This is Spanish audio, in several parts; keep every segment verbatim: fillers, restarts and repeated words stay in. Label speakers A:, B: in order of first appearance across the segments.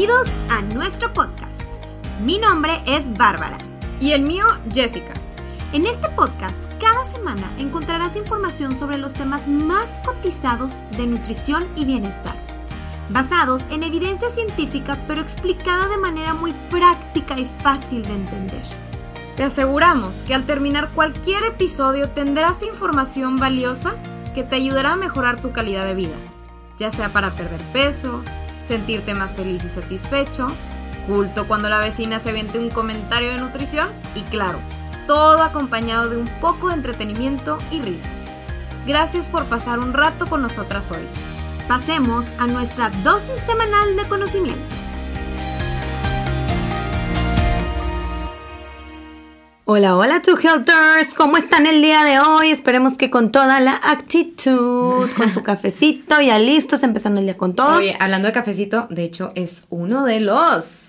A: Bienvenidos a nuestro podcast. Mi nombre es Bárbara.
B: Y el mío, Jessica.
A: En este podcast, cada semana encontrarás información sobre los temas más cotizados de nutrición y bienestar, basados en evidencia científica, pero explicada de manera muy práctica y fácil de entender.
B: Te aseguramos que al terminar cualquier episodio tendrás información valiosa que te ayudará a mejorar tu calidad de vida, ya sea para perder peso, sentirte más feliz y satisfecho, culto cuando la vecina se aviente un comentario de nutrición y claro, todo acompañado de un poco de entretenimiento y risas. Gracias por pasar un rato con nosotras hoy.
A: Pasemos a nuestra dosis semanal de conocimiento. Hola, hola, Two Healthers, ¿cómo están el día de hoy? Esperemos que con toda la actitud, con su cafecito, ya listos, empezando el día con todo.
B: Oye, hablando de cafecito, de hecho es uno de los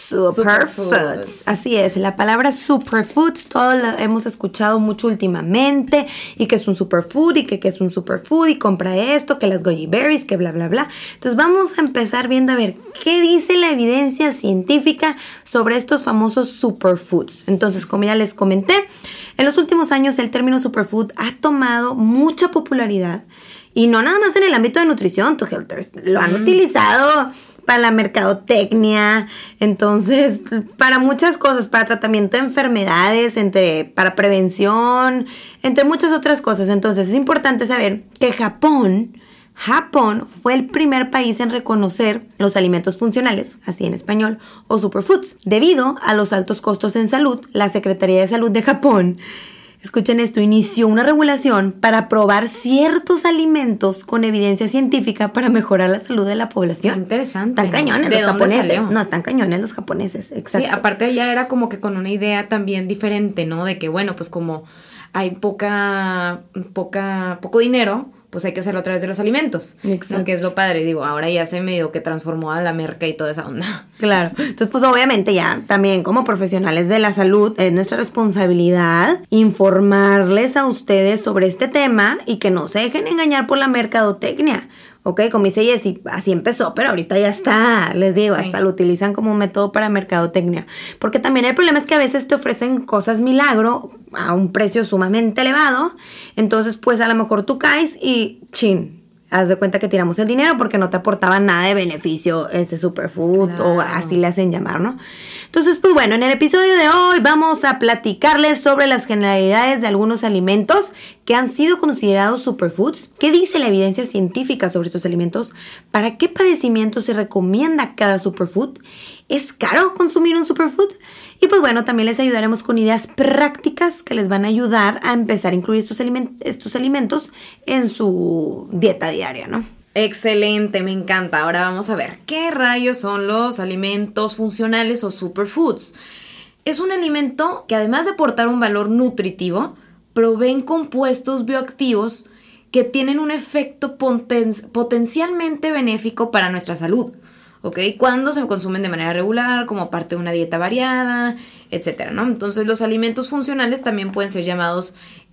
A: superfoods. Así es, la palabra superfoods, todos la hemos escuchado mucho últimamente, y que es un superfood, y que, que es un superfood, y compra esto, que las goji berries, que bla, bla, bla. Entonces vamos a empezar viendo a ver qué dice la evidencia científica sobre estos famosos superfoods. Entonces, como ya les comenté, en los últimos años el término superfood ha tomado mucha popularidad, y no nada más en el ámbito de nutrición, Two Healthers, lo han mm. utilizado para la mercadotecnia, entonces para muchas cosas, para tratamiento de enfermedades, entre, para prevención, entre muchas otras cosas. Entonces es importante saber que Japón, Japón fue el primer país en reconocer los alimentos funcionales, así en español, o superfoods. Debido a los altos costos en salud, la Secretaría de Salud de Japón, escuchen esto, inició una regulación para probar ciertos alimentos con evidencia científica para mejorar la salud de la población.
B: Qué interesante.
A: Están cañones
B: ¿De
A: los
B: dónde
A: japoneses.
B: salió?
A: No, están cañones los japoneses, exacto.
B: Sí, aparte ya era como que con una idea también diferente, ¿no? De que, bueno, pues como hay poca, poca, poco dinero, pues hay que hacerlo a través de los alimentos. Exacto. ¿No? Que es lo padre, digo, ahora ya se medio que transformó a la merca y toda esa onda.
A: Claro, entonces pues obviamente ya también como profesionales de la salud es nuestra responsabilidad informarles a ustedes sobre este tema y que no se dejen engañar por la mercadotecnia. Ok, como dice Jessie, así empezó, pero ahorita ya está, les digo, hasta sí. Lo utilizan como un método para mercadotecnia. Porque también el problema es que a veces te ofrecen cosas milagro a un precio sumamente elevado, entonces pues a lo mejor tú caes y chin, haz de cuenta que tiramos el dinero porque no te aportaba nada de beneficio ese superfood, claro. O así le hacen llamar, ¿no? Entonces, pues bueno, en el episodio de hoy vamos a platicarles sobre las generalidades de algunos alimentos que han sido considerados superfoods, qué dice la evidencia científica sobre estos alimentos, para qué padecimientos se recomienda cada superfood, ¿es caro consumir un superfood? Y pues bueno, también les ayudaremos con ideas prácticas que les van a ayudar a empezar a incluir estos, aliment- estos alimentos en su dieta diaria, ¿no?
B: Excelente, me encanta. Ahora vamos a ver, ¿qué rayos son los alimentos funcionales o superfoods? Es un alimento que además de aportar un valor nutritivo, proveen compuestos bioactivos que tienen un efecto poten- potencialmente benéfico para nuestra salud. ¿Ok? Cuando se consumen de manera regular, como parte de una dieta variada, etcétera, ¿no? Entonces, los alimentos funcionales también pueden ser llamados,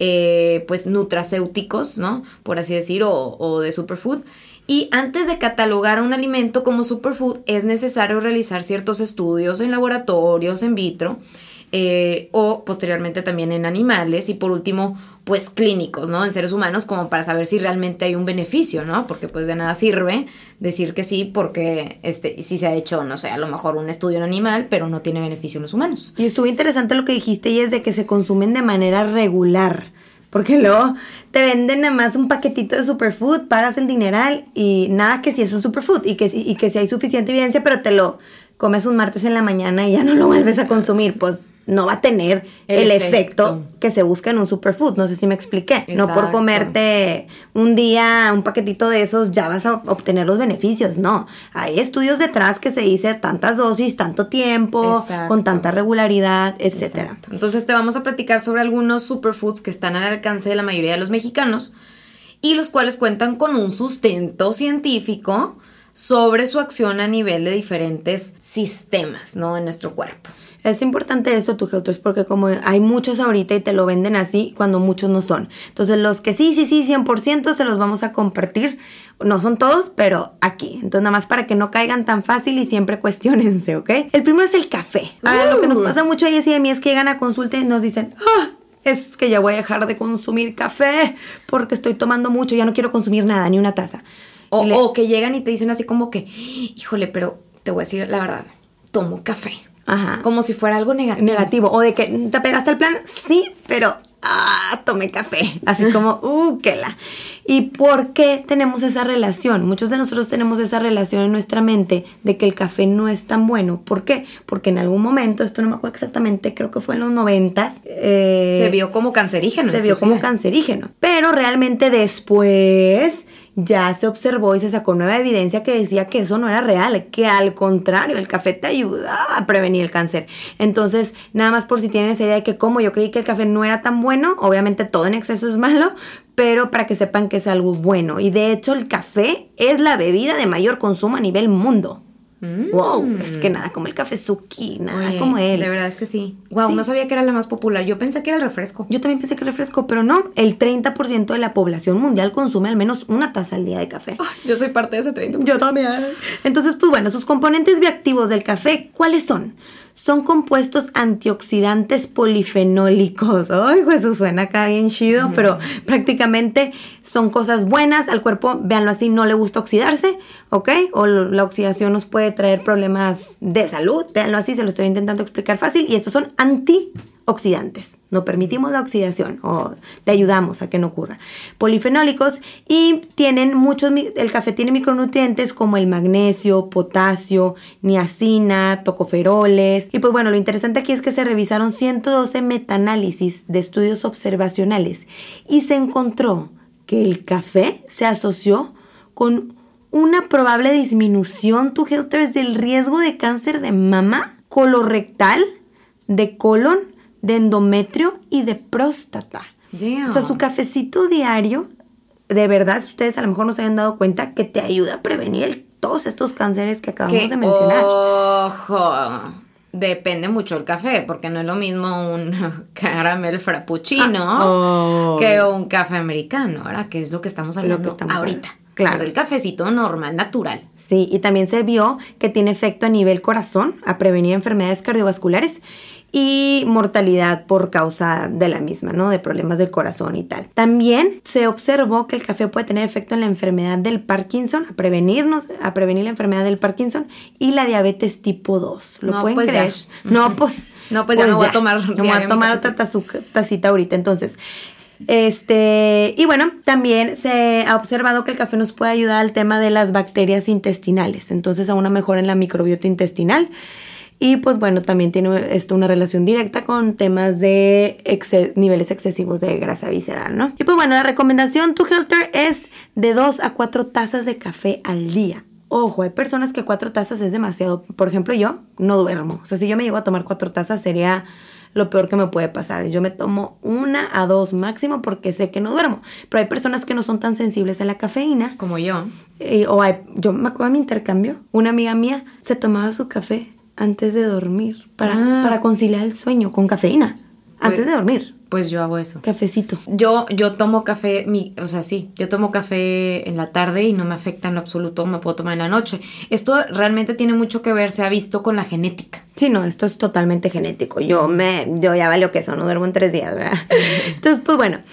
B: eh, pues, nutracéuticos, ¿no? Por así decir, o, o de superfood. Y antes de catalogar a un alimento como superfood, es necesario realizar ciertos estudios en laboratorios, in vitro, eh, o posteriormente también en animales, y por último, pues clínicos, ¿no? En seres humanos, como para saber si realmente hay un beneficio, ¿no? Porque pues de nada sirve decir que sí, porque este sí se ha hecho, no sé, a lo mejor un estudio en animal, pero no tiene beneficio en los humanos.
A: Y estuvo interesante lo que dijiste, y es de que se consumen de manera regular, porque luego te venden nada más un paquetito de superfood, pagas el dineral y nada que si es un superfood y que, y que si hay suficiente evidencia, pero te lo comes un martes en la mañana y ya no lo vuelves a consumir, pues no va a tener el, el efecto. efecto que se busca en un superfood. No sé si me expliqué. Exacto. No por comerte un día un paquetito de esos ya vas a obtener los beneficios. No, hay estudios detrás que se dice tantas dosis, tanto tiempo, exacto, con tanta regularidad, etcétera.
B: Exacto. Entonces te vamos a platicar sobre algunos superfoods que están al alcance de la mayoría de los mexicanos y los cuales cuentan con un sustento científico sobre su acción a nivel de diferentes sistemas, ¿no? En nuestro cuerpo.
A: Es importante esto, tu Helters, porque como hay muchos ahorita y te lo venden así, cuando muchos no son. Entonces, los que sí, sí, sí, cien por ciento se los vamos a compartir. No son todos, pero aquí. Entonces, nada más para que no caigan tan fácil y siempre cuestionense, ¿ok? El primero es el café. Uh. Ah, lo que nos pasa mucho a Jessy y a mí es que llegan a consulta y nos dicen, ah, es que ya voy a dejar de consumir café porque estoy tomando mucho, ya no quiero consumir nada, ni una taza.
B: O,
A: le...
B: o que llegan y te dicen así como que, híjole, pero te voy a decir la verdad, tomo café.
A: Ajá.
B: Como si fuera algo negativo.
A: Negativo. O de que te pegaste al plan, sí, pero ah, tomé café. Así como, uh, que la. ¿Y por qué tenemos esa relación? Muchos de nosotros tenemos esa relación en nuestra mente de que el café no es tan bueno. ¿Por qué? Porque en algún momento, esto no me acuerdo exactamente, creo que fue en los noventas.
B: Eh, se vio como cancerígeno.
A: Se vio como cancerígeno. Pero realmente después ya se observó y se sacó nueva evidencia que decía que eso no era real, que al contrario, el café te ayudaba a prevenir el cáncer. Entonces, nada más por si tienen esa idea de que como yo creí que el café no era tan bueno, obviamente todo en exceso es malo, pero para que sepan que es algo bueno. Y de hecho, el café es la bebida de mayor consumo a nivel mundo. Mm. Wow, es que nada como el cafezuki, nada Oye, como él.
B: De verdad es que sí. Wow, sí. No sabía que era la más popular. Yo pensé que era el refresco.
A: Yo también pensé que era el refresco, pero no. El treinta por ciento de la población mundial consume al menos una taza al día de café.
B: Oh, yo soy parte de ese treinta por ciento.
A: Yo también. Entonces, pues bueno, sus componentes bioactivos del café, ¿cuáles son? Son compuestos antioxidantes polifenólicos. Ay, pues eso suena acá bien chido, uh-huh. Pero prácticamente son cosas buenas. Al cuerpo, véanlo así, no le gusta oxidarse, ¿ok? O la oxidación nos puede traer problemas de salud. Véanlo así, se lo estoy intentando explicar fácil. Y estos son antioxidantes. No permitimos la oxidación o te ayudamos a que no ocurra. Polifenólicos y tienen muchos, el café tiene micronutrientes como el magnesio, potasio, niacina, tocoferoles. Y pues bueno, lo interesante aquí es que se revisaron ciento doce metaanálisis de estudios observacionales y se encontró que el café se asoció con una probable disminución, tu Helters, del riesgo de cáncer de mama, colorectal, de colon, de endometrio y de próstata.
B: Damn.
A: O sea, su cafecito diario, de verdad, ustedes a lo mejor no se habían dado cuenta que te ayuda a prevenir el, todos estos cánceres que acabamos
B: que,
A: de mencionar.
B: Ojo, depende mucho el café, porque no es lo mismo un caramel frappuccino ah, oh. que un café americano, ¿verdad? Que es lo que estamos hablando lo que estamos ahorita. Hablando. Claro. Es el cafecito normal, natural.
A: Sí, y también se vio que tiene efecto a nivel corazón, a prevenir enfermedades cardiovasculares y mortalidad por causa de la misma, ¿no? De problemas del corazón y tal. También se observó que el café puede tener efecto en la enfermedad del Parkinson, a prevenirnos, a prevenir la enfermedad del Parkinson y la diabetes tipo dos. ¿Lo no, pueden
B: pues
A: creer?
B: Ya.
A: No, pues...
B: No, pues, pues
A: ya
B: me voy a tomar...
A: Me voy a tomar otra tazuca, tacita ahorita. Entonces... Este, y bueno, también se ha observado que el café nos puede ayudar al tema de las bacterias intestinales, entonces a una mejora en la microbiota intestinal. Y pues bueno, también tiene esto una relación directa con temas de ex- niveles excesivos de grasa visceral, ¿no? Y pues bueno, la recomendación, tu Helter, es de dos a cuatro tazas de café al día. Ojo, hay personas que cuatro tazas es demasiado. Por ejemplo, yo no duermo. O sea, si yo me llego a tomar cuatro tazas sería lo peor que me puede pasar. Yo me tomo una a dos máximo porque sé que no duermo. Pero hay personas que no son tan sensibles a la cafeína.
B: Como yo.
A: Y, o hay, yo me acuerdo de mi intercambio. Una amiga mía se tomaba su café antes de dormir para, ah. para conciliar el sueño con cafeína. Antes pues, de dormir.
B: Pues yo hago eso.
A: Cafecito.
B: Yo, yo tomo café, mi, o sea, sí, yo tomo café en la tarde y no me afecta en lo absoluto, me puedo tomar en la noche. Esto realmente tiene mucho que ver, se ha visto con la genética.
A: Sí, no, esto es totalmente genético. Yo me, yo ya valió queso, no duermo en tres días, ¿verdad? Entonces, pues bueno,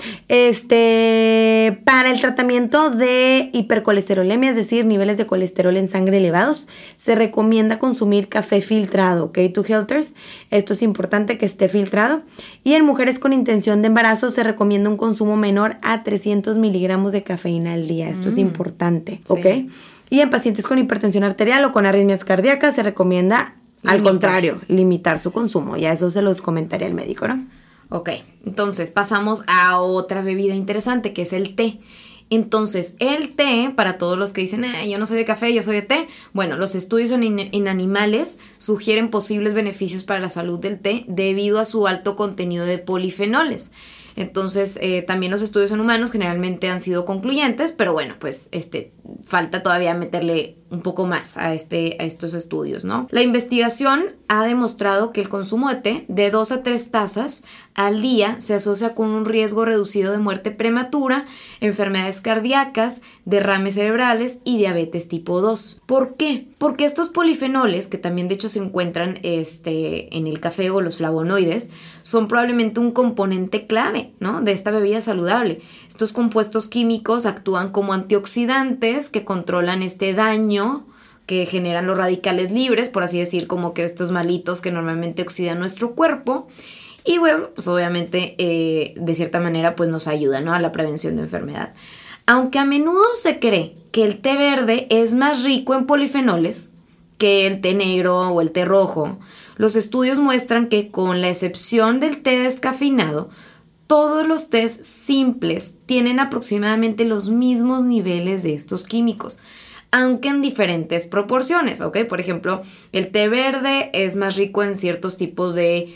A: este, para el tratamiento de hipercolesterolemia, es decir, niveles de colesterol en sangre elevados, se recomienda consumir café filtrado, ¿ok? Two Helters, esto es importante que esté filtrado. Y en mujeres con intención de embarazo se recomienda un consumo menor a trescientos miligramos de cafeína al día. Esto mm. es importante, ¿ok? Sí. Y en pacientes con hipertensión arterial o con arritmias cardíacas se recomienda, limitar. Al contrario, limitar su consumo. Ya eso se los comentaría el médico, ¿no?
B: Ok, entonces pasamos a otra bebida interesante que es el té. Entonces, el té, para todos los que dicen, eh, yo no soy de café, yo soy de té, bueno, los estudios en, en animales sugieren posibles beneficios para la salud del té debido a su alto contenido de polifenoles. Entonces, eh, también los estudios en humanos generalmente han sido concluyentes, pero bueno, pues este, falta todavía meterle un poco más a, este, a estos estudios, ¿no? La investigación ha demostrado que el consumo de té de dos a tres tazas al día se asocia con un riesgo reducido de muerte prematura, enfermedades cardíacas, derrames cerebrales y diabetes tipo dos. ¿Por qué? Porque estos polifenoles, que también de hecho se encuentran este, en el café o los flavonoides, son probablemente un componente clave, ¿no?, de esta bebida saludable. Estos compuestos químicos actúan como antioxidantes que controlan este daño que generan los radicales libres, por así decir, como que estos malitos que normalmente oxidan nuestro cuerpo. Y bueno, pues obviamente eh, de cierta manera pues nos ayuda, ¿no?, a la prevención de enfermedad. Aunque a menudo se cree que el té verde es más rico en polifenoles que el té negro o el té rojo, los estudios muestran que con la excepción del té descafeinado, todos los tés simples tienen aproximadamente los mismos niveles de estos químicos, aunque en diferentes proporciones, ¿ok? Por ejemplo, el té verde es más rico en ciertos tipos de,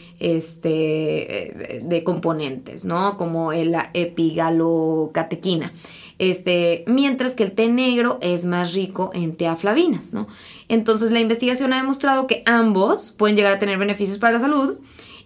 B: este, de componentes, ¿no? Como la epigalocatequina. Este, mientras que el té negro es más rico en teaflavinas, ¿no? Entonces, la investigación ha demostrado que ambos pueden llegar a tener beneficios para la salud.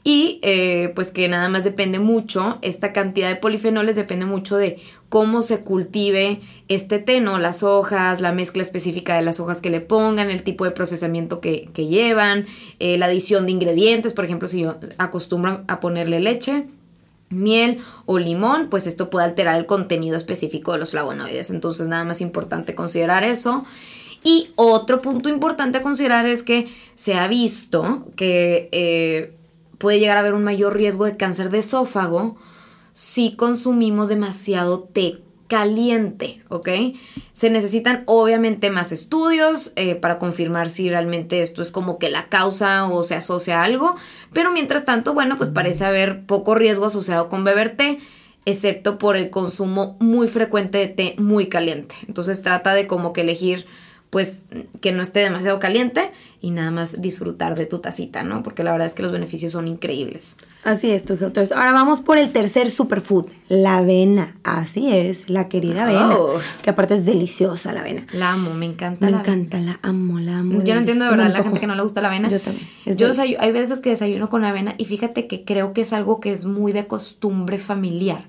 B: Y eh, pues que nada más depende mucho, esta cantidad de polifenoles depende mucho de cómo se cultive este té, ¿no? Las hojas, la mezcla específica de las hojas que le pongan, el tipo de procesamiento que, que llevan, eh, la adición de ingredientes. Por ejemplo, si yo acostumbro a ponerle leche, miel o limón, pues esto puede alterar el contenido específico de los flavonoides. Entonces nada más importante considerar eso. Y otro punto importante a considerar es que se ha visto que Eh, puede llegar a haber un mayor riesgo de cáncer de esófago si consumimos demasiado té caliente, ¿ok? Se necesitan obviamente más estudios eh, para confirmar si realmente esto es como que la causa o se asocia a algo, pero mientras tanto, bueno, pues parece haber poco riesgo asociado con beber té, excepto por el consumo muy frecuente de té muy caliente. Entonces trata de como que elegir pues que no esté demasiado caliente y nada más disfrutar de tu tacita, ¿no? Porque la verdad es que los beneficios son increíbles.
A: Así es, tu Helters. Ahora vamos por el tercer superfood, la avena. Así es, la querida avena,
B: Oh.
A: que aparte es deliciosa la avena.
B: La amo, me encanta.
A: Me
B: la
A: encanta, la amo, la amo.
B: Yo no entiendo de
A: Se me
B: verdad la
A: antojó.
B: gente que no le gusta la avena.
A: Yo también. Es
B: Yo
A: de-
B: desayu- hay veces que desayuno con avena y fíjate que creo que es algo que es muy de costumbre familiar,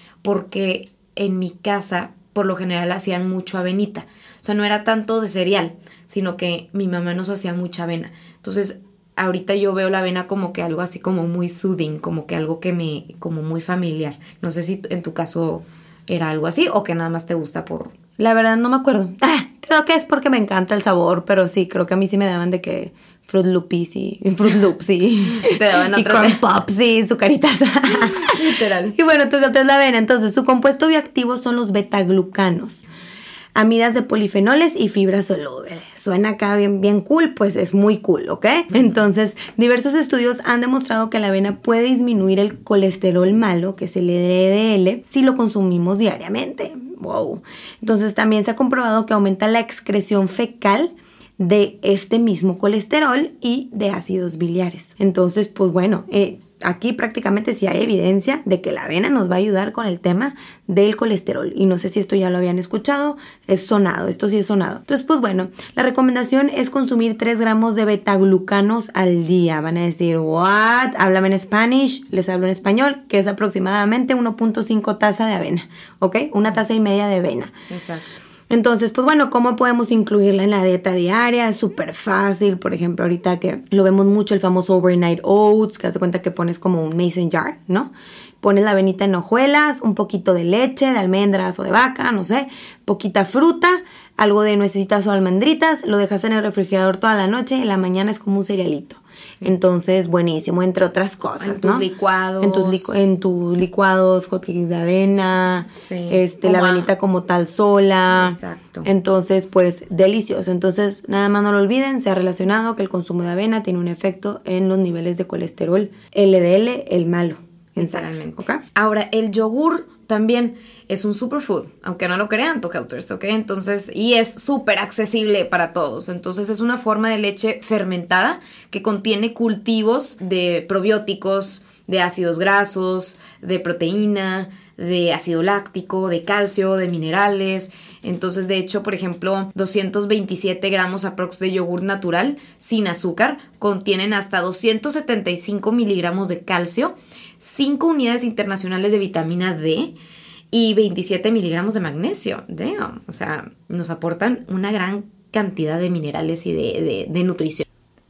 B: porque en mi casa por lo general hacían mucho avenita. O sea, no era tanto de cereal, sino que mi mamá nos hacía mucha avena. Entonces, ahorita yo veo la avena como que algo así como muy soothing, como que algo que me, como muy familiar. No sé si en tu caso era algo así o que nada más te gusta por...
A: La verdad no me acuerdo. Ah, creo que es porque me encanta el sabor, pero sí, creo que a mí sí me daban de que Fruit Loopies y Fruit Loops y,
B: Te daban
A: y
B: otras-
A: Corn Pops y sucaritas.
B: Literal.
A: Y bueno, tú que la avena, entonces su compuesto bioactivo son los betaglucanos, amidas de polifenoles y fibras solubles. Suena acá bien, bien cool, pues es muy cool, ¿ok? Entonces, diversos estudios han demostrado que la avena puede disminuir el colesterol malo, que es el L D L, si lo consumimos diariamente. Wow. Entonces, también se ha comprobado que aumenta la excreción fecal de este mismo colesterol y de ácidos biliares. Entonces, pues bueno, eh, aquí prácticamente sí hay evidencia de que la avena nos va a ayudar con el tema del colesterol. Y no sé si esto ya lo habían escuchado, es sonado, esto sí es sonado. Entonces, pues bueno, la recomendación es consumir tres gramos de betaglucanos al día. Van a decir, ¿what? Háblame en Spanish, les hablo en español, que es aproximadamente uno punto cinco taza de avena, ¿ok? Una taza y media de avena.
B: Exacto.
A: Entonces, pues bueno, ¿cómo podemos incluirla en la dieta diaria? Es súper fácil. Por ejemplo, ahorita que lo vemos mucho, el famoso overnight oats, que hace cuenta que pones como un mason jar, ¿no? Pones la avenita en hojuelas, un poquito de leche, de almendras o de vaca, no sé, poquita fruta, algo de nuecesitas o almendritas, lo dejas en el refrigerador toda la noche y en la mañana es como un cerealito. Sí. Entonces, buenísimo, entre otras cosas,
B: en tus
A: ¿no?
B: licuados.
A: En tus, licu- en tus licuados, hotcakes de avena,
B: sí.
A: este, la avenita como tal sola.
B: Exacto.
A: Entonces, pues, delicioso. Entonces, nada más no lo olviden, se ha relacionado que el consumo de avena tiene un efecto en los niveles de colesterol L D L, el malo.
B: Literalmente.
A: ¿Okay?
B: Ahora, el yogur también es un superfood, aunque no lo crean, tu Helters, ¿ok? Entonces, y es súper accesible para todos. Entonces, es una forma de leche fermentada que contiene cultivos de probióticos, de ácidos grasos, de proteína, de ácido láctico, de calcio, de minerales. Entonces, de hecho, por ejemplo, doscientos veintisiete gramos aprox de yogur natural sin azúcar contienen hasta doscientos setenta y cinco miligramos de calcio, cinco unidades internacionales de vitamina D y veintisiete miligramos de magnesio. Damn. O sea, nos aportan una gran cantidad de minerales y de, de, de nutrición.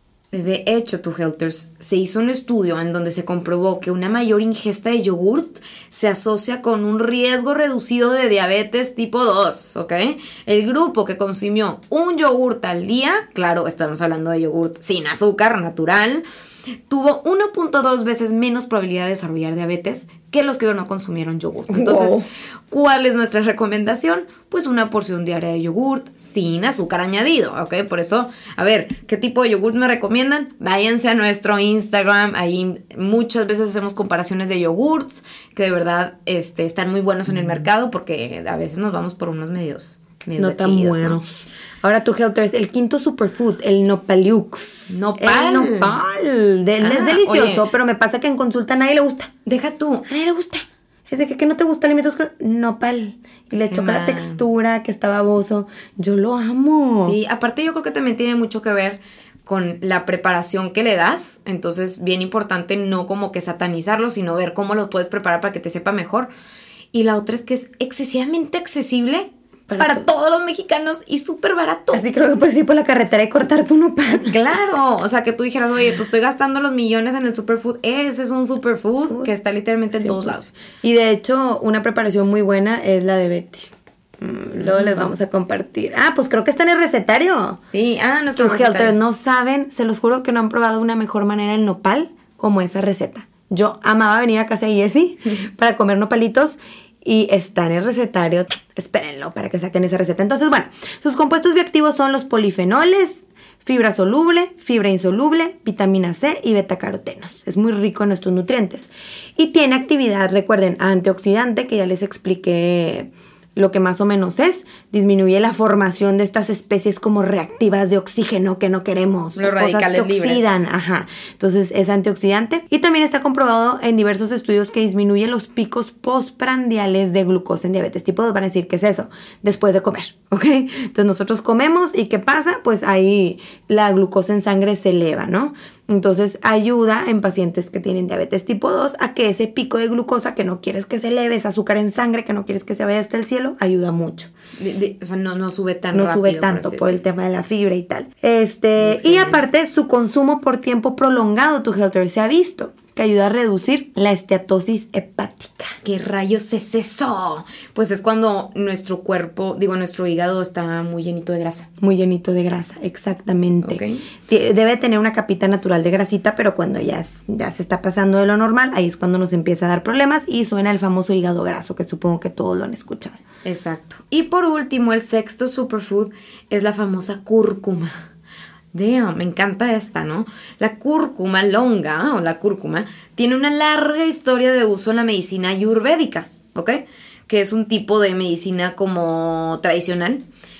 B: De hecho, tu Helters, se hizo un estudio en donde se comprobó que una mayor ingesta de yogurt se asocia con un riesgo reducido de diabetes tipo dos, ¿ok? El grupo que consumió un yogurt al día, claro, estamos hablando de yogurt sin azúcar, natural, tuvo uno punto dos veces menos probabilidad de desarrollar diabetes que los que no consumieron yogurt. Entonces, wow. ¿Cuál es nuestra recomendación? Pues una porción diaria de yogurt sin azúcar añadido, ¿ok? Por eso, a ver, ¿qué tipo de yogurt me recomiendan? Váyanse a nuestro Instagram, ahí muchas veces hacemos comparaciones de yogurts que de verdad este, están muy buenos en el mercado porque a veces nos vamos por unos medios, medios
A: no tan
B: chillos,
A: buenos. ¿No? Ahora tu Helters, el quinto superfood, el nopaliux.
B: Nopal.
A: El nopal. De, ah, es delicioso, oye, pero me pasa que en consulta a nadie le gusta.
B: Deja tú.
A: A nadie le gusta. Es de que, que no te gusta alimentos con nopal. Y le choca la textura, que está baboso. Yo lo amo.
B: Sí, aparte yo creo que también tiene mucho que ver con la preparación que le das. Entonces, bien importante no como que satanizarlo, sino ver cómo lo puedes preparar para que te sepa mejor. Y la otra es que es excesivamente accesible para, para todo. todos los mexicanos y súper barato.
A: Así creo que puedes ir por la carretera y cortar tu nopal.
B: Claro, o sea, que tú dijeras, oye, pues estoy gastando los millones en el superfood. Ese es un superfood Food. que está literalmente en sí, todos pues. lados.
A: Y de hecho, una preparación muy buena es la de Betty. Mm, luego mm. les vamos a compartir. Ah, pues creo que está en el recetario.
B: Sí, ah, nuestro recetario.
A: Helters no saben, se los juro que no han probado una mejor manera el nopal como esa receta. Yo amaba venir a casa de Jessie para comer nopalitos. Y está en el recetario, espérenlo para que saquen esa receta. Entonces, bueno, sus compuestos bioactivos son los polifenoles, fibra soluble, fibra insoluble, vitamina C y betacarotenos. Es muy rico en estos nutrientes. Y tiene actividad, recuerden, antioxidante, que ya les expliqué lo que más o menos es. Disminuye la formación de estas especies como reactivas de oxígeno que no queremos.
B: Los radicales
A: cosas que oxidan.
B: libres.
A: Ajá. Entonces es antioxidante. Y también está comprobado en diversos estudios que disminuye los picos postprandiales de glucosa en diabetes tipo dos. Van a decir, ¿qué es eso? Después de comer, ¿ok? Entonces nosotros comemos y ¿qué pasa? Pues ahí la glucosa en sangre se eleva, ¿no? Entonces ayuda en pacientes que tienen diabetes tipo dos a que ese pico de glucosa que no quieres que se eleve, ese azúcar en sangre que no quieres que se vaya hasta el cielo, ayuda mucho.
B: De, de, o sea, no, no sube tan
A: no
B: rápido.
A: No sube tanto por, por el tema de la fibra y tal. Este, Excelente. Y aparte su consumo por tiempo prolongado, tu Helters, se ha visto que ayuda a reducir la esteatosis hepática.
B: ¿Qué rayos es eso? Pues es cuando nuestro cuerpo, digo, nuestro hígado está muy llenito de grasa.
A: Muy llenito de grasa, exactamente.
B: Okay.
A: Debe tener una capita natural de grasita, pero cuando ya, es, ya se está pasando de lo normal, ahí es cuando nos empieza a dar problemas y suena el famoso hígado graso, que supongo que todos lo han escuchado.
B: Exacto. Y por último, el sexto superfood es la famosa cúrcuma. Damn, me encanta esta, ¿no? La cúrcuma longa, o la cúrcuma, tiene una larga historia de uso en la medicina ayurvédica, ¿ok? Que es un tipo de medicina como tradicional,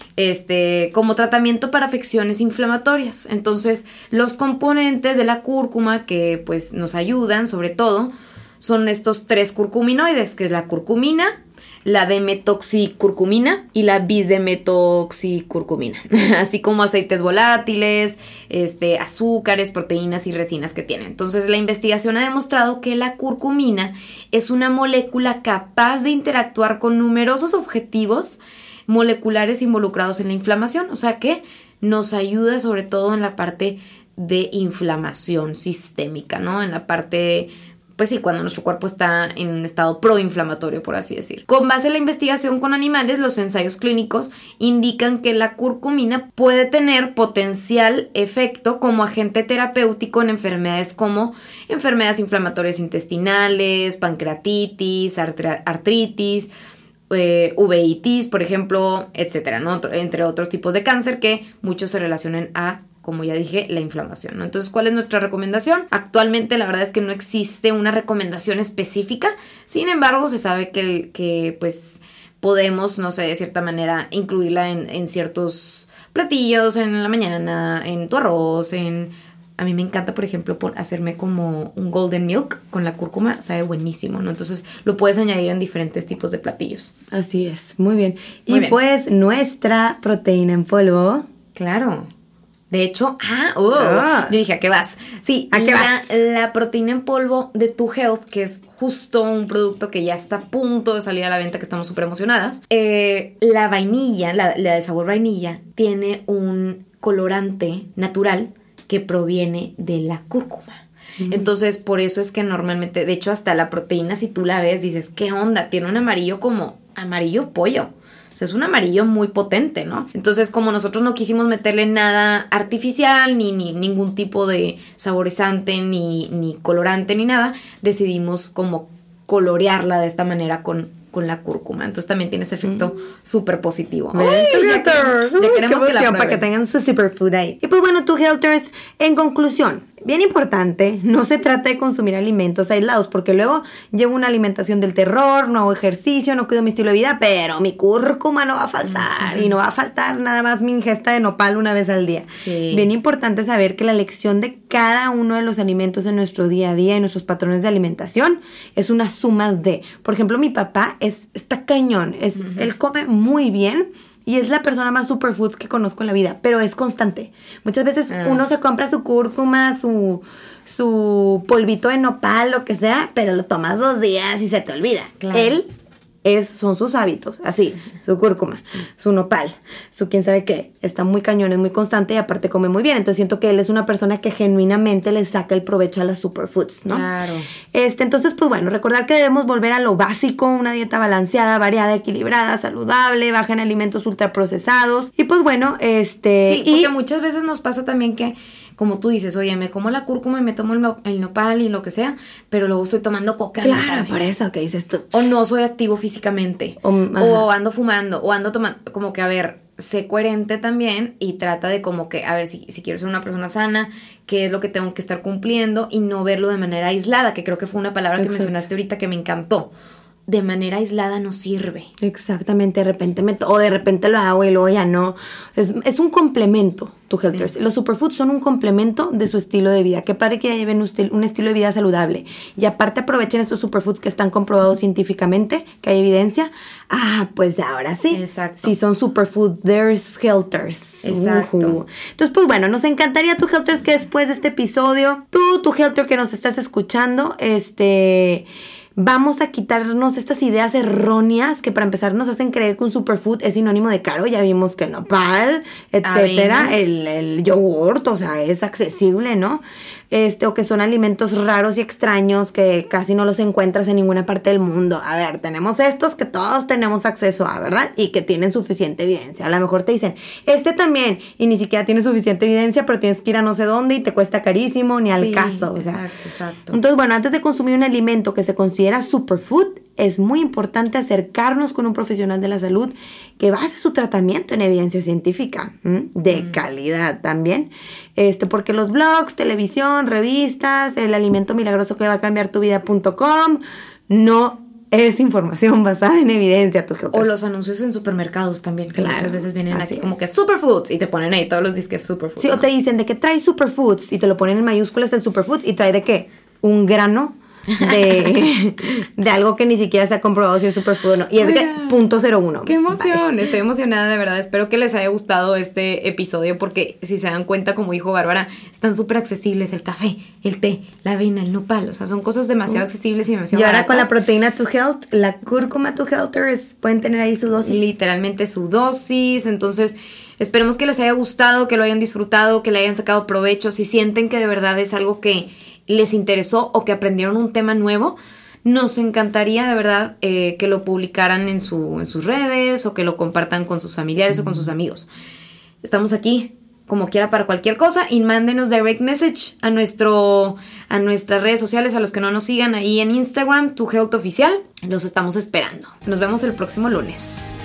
B: este, como tratamiento para afecciones inflamatorias. Entonces, los componentes de la cúrcuma que, pues, nos ayudan, sobre todo, son estos tres curcuminoides, que es la curcumina, la demetoxicurcumina y la bisdemetoxicurcumina, así como aceites volátiles, este, azúcares, proteínas y resinas que tiene. Entonces, la investigación ha demostrado que la curcumina es una molécula capaz de interactuar con numerosos objetivos moleculares involucrados en la inflamación, o sea que nos ayuda sobre todo en la parte de inflamación sistémica, ¿no? En la parte... Pues sí, cuando nuestro cuerpo está en un estado proinflamatorio, por así decir. Con base en la investigación con animales, los ensayos clínicos indican que la curcumina puede tener potencial efecto como agente terapéutico en enfermedades como enfermedades inflamatorias intestinales, pancreatitis, artra- artritis, eh, uveitis, por ejemplo, etcétera, ¿no? Entre otros tipos de cáncer que muchos se relacionan a, como ya dije, la inflamación, ¿no? Entonces, ¿cuál es nuestra recomendación? Actualmente, la verdad es que no existe una recomendación específica. Sin embargo, se sabe que, que pues, podemos, no sé, de cierta manera, incluirla en, en ciertos platillos, en la mañana, en tu arroz, en a mí me encanta, por ejemplo, por hacerme como un golden milk con la cúrcuma, sabe buenísimo, ¿no? Entonces lo puedes añadir en diferentes tipos de platillos.
A: Así es, muy bien.
B: Muy
A: y
B: bien.
A: Pues nuestra proteína en polvo.
B: Claro. De hecho, ah, uh,
A: Ah.
B: yo dije, ¿a qué vas? Sí,
A: ¿A qué
B: la,
A: vas?
B: la proteína en polvo de Tu Health, que es justo un producto que ya está a punto de salir a la venta, que estamos súper emocionadas. Eh, la vainilla, la, la de sabor vainilla, tiene un colorante natural que proviene de la cúrcuma. Mm. Entonces, por eso es que normalmente, de hecho, hasta la proteína, si tú la ves, dices, ¿qué onda? Tiene un amarillo como amarillo pollo. O sea, es un amarillo muy potente, ¿no? Entonces, como nosotros no quisimos meterle nada artificial, ni, ni ningún tipo de saborizante, ni, ni colorante, ni nada, decidimos como colorearla de esta manera con, con la cúrcuma. Entonces, también tiene ese efecto mm. súper positivo.
A: ¡Ay, ya, que, ya queremos que la prueben. Para que tengan su superfood ahí. Y pues bueno, Tu Healthers, en conclusión, bien importante, no se trata de consumir alimentos aislados, porque luego llevo una alimentación del terror, no hago ejercicio, no cuido mi estilo de vida, pero mi cúrcuma no va a faltar, y no va a faltar nada más mi ingesta de nopal una vez al día.
B: Sí.
A: Bien importante saber que la elección de cada uno de los alimentos en nuestro día a día y nuestros patrones de alimentación es una suma de, por ejemplo, mi papá es, está cañón, es, uh-huh. él come muy bien, y es la persona más superfoods que conozco en la vida, pero es constante. Muchas veces ah. uno se compra su cúrcuma, su, su polvito de nopal, lo que sea, pero lo tomas dos días y se te olvida.
B: Claro.
A: Él es, son sus hábitos, así, su cúrcuma, su nopal, su quién sabe qué. Está muy cañón, es muy constante y aparte come muy bien. Entonces siento que él es una persona que genuinamente le saca el provecho a las superfoods, ¿no?
B: Claro.
A: Este, entonces, pues bueno, recordar que debemos volver a lo básico, una dieta balanceada, variada, equilibrada, saludable, baja en alimentos ultraprocesados. Y pues bueno, este...
B: Sí, porque
A: y,
B: muchas veces nos pasa también que, como tú dices, oye, me como la cúrcuma y me tomo el, no, el nopal y lo que sea, pero luego estoy tomando coca.
A: Claro, por eso que dices tú.
B: O no soy activo físicamente. O, o ando fumando, o ando tomando, como que, a ver, sé coherente también y trata de como que, a ver, si, si quiero ser una persona sana, qué es lo que tengo que estar cumpliendo y no verlo de manera aislada, que creo que fue una palabra Exacto. que mencionaste ahorita que me encantó. De manera aislada no sirve.
A: Exactamente, de repente me to- o de repente lo hago y luego ya no. Es, es un complemento, Tu Healthers. Sí. Los superfoods son un complemento de su estilo de vida. Qué padre que ya lleven un, estil- un estilo de vida saludable. Y aparte aprovechen estos superfoods que están comprobados científicamente, que hay evidencia. Ah, pues ahora sí.
B: Exacto.
A: Sí, son superfood, there's Healthers.
B: Exacto.
A: Uh-huh. Entonces, pues bueno, nos encantaría, Tu Healthers, que después de este episodio, tú, Tu Healther que nos estás escuchando, este... vamos a quitarnos estas ideas erróneas que para empezar nos hacen creer que un superfood es sinónimo de caro. Ya vimos que el nopal, etcétera, el, el yogurt, o sea, es accesible, ¿no? Este, o que son alimentos raros y extraños que casi no los encuentras en ninguna parte del mundo. A ver, tenemos estos que todos tenemos acceso a, ¿verdad? Y que tienen suficiente evidencia. A lo mejor te dicen, este también, y ni siquiera tiene suficiente evidencia, pero tienes que ir a no sé dónde y te cuesta carísimo, ni al
B: sí,
A: caso. O sea.
B: Exacto, exacto.
A: Entonces, bueno, antes de consumir un alimento que se considera superfood, es muy importante acercarnos con un profesional de la salud que base su tratamiento en evidencia científica, ¿m? de mm. calidad también, este, porque los blogs, televisión, revistas, el alimento milagroso que va a cambiar tu vida punto com no es información basada en evidencia. Tus
B: o los anuncios en supermercados también, que
A: claro,
B: muchas veces vienen aquí
A: es.
B: como que superfoods y te ponen ahí todos los disques superfoods.
A: Sí,
B: ¿no?
A: O te dicen de que trae superfoods y te lo ponen en mayúsculas el superfoods y trae de qué, un grano de, de algo que ni siquiera se ha comprobado si es superfood o no. Y es de punto cero uno.
B: ¡Qué emoción! Bye. Estoy emocionada, de verdad. Espero que les haya gustado este episodio porque, si se dan cuenta, como dijo Bárbara, están súper accesibles. El café, el té, la avena, el nopal. O sea, son cosas demasiado uh. accesibles y demasiado
A: Y ahora
B: baratas.
A: Con la proteína To Health, la cúrcuma To Healthers, pueden tener ahí su dosis.
B: Literalmente su dosis. Entonces, esperemos que les haya gustado, que lo hayan disfrutado, que le hayan sacado provecho. Si sienten que de verdad es algo que les interesó o que aprendieron un tema nuevo, nos encantaría de verdad eh, que lo publicaran en, su, en sus redes o que lo compartan con sus familiares mm. o con sus amigos. Estamos aquí como quiera para cualquier cosa y mándenos direct message a, nuestro, a nuestras redes sociales, a los que no nos sigan ahí en Instagram, Tu Health Oficial. Los estamos esperando. Nos vemos el próximo lunes.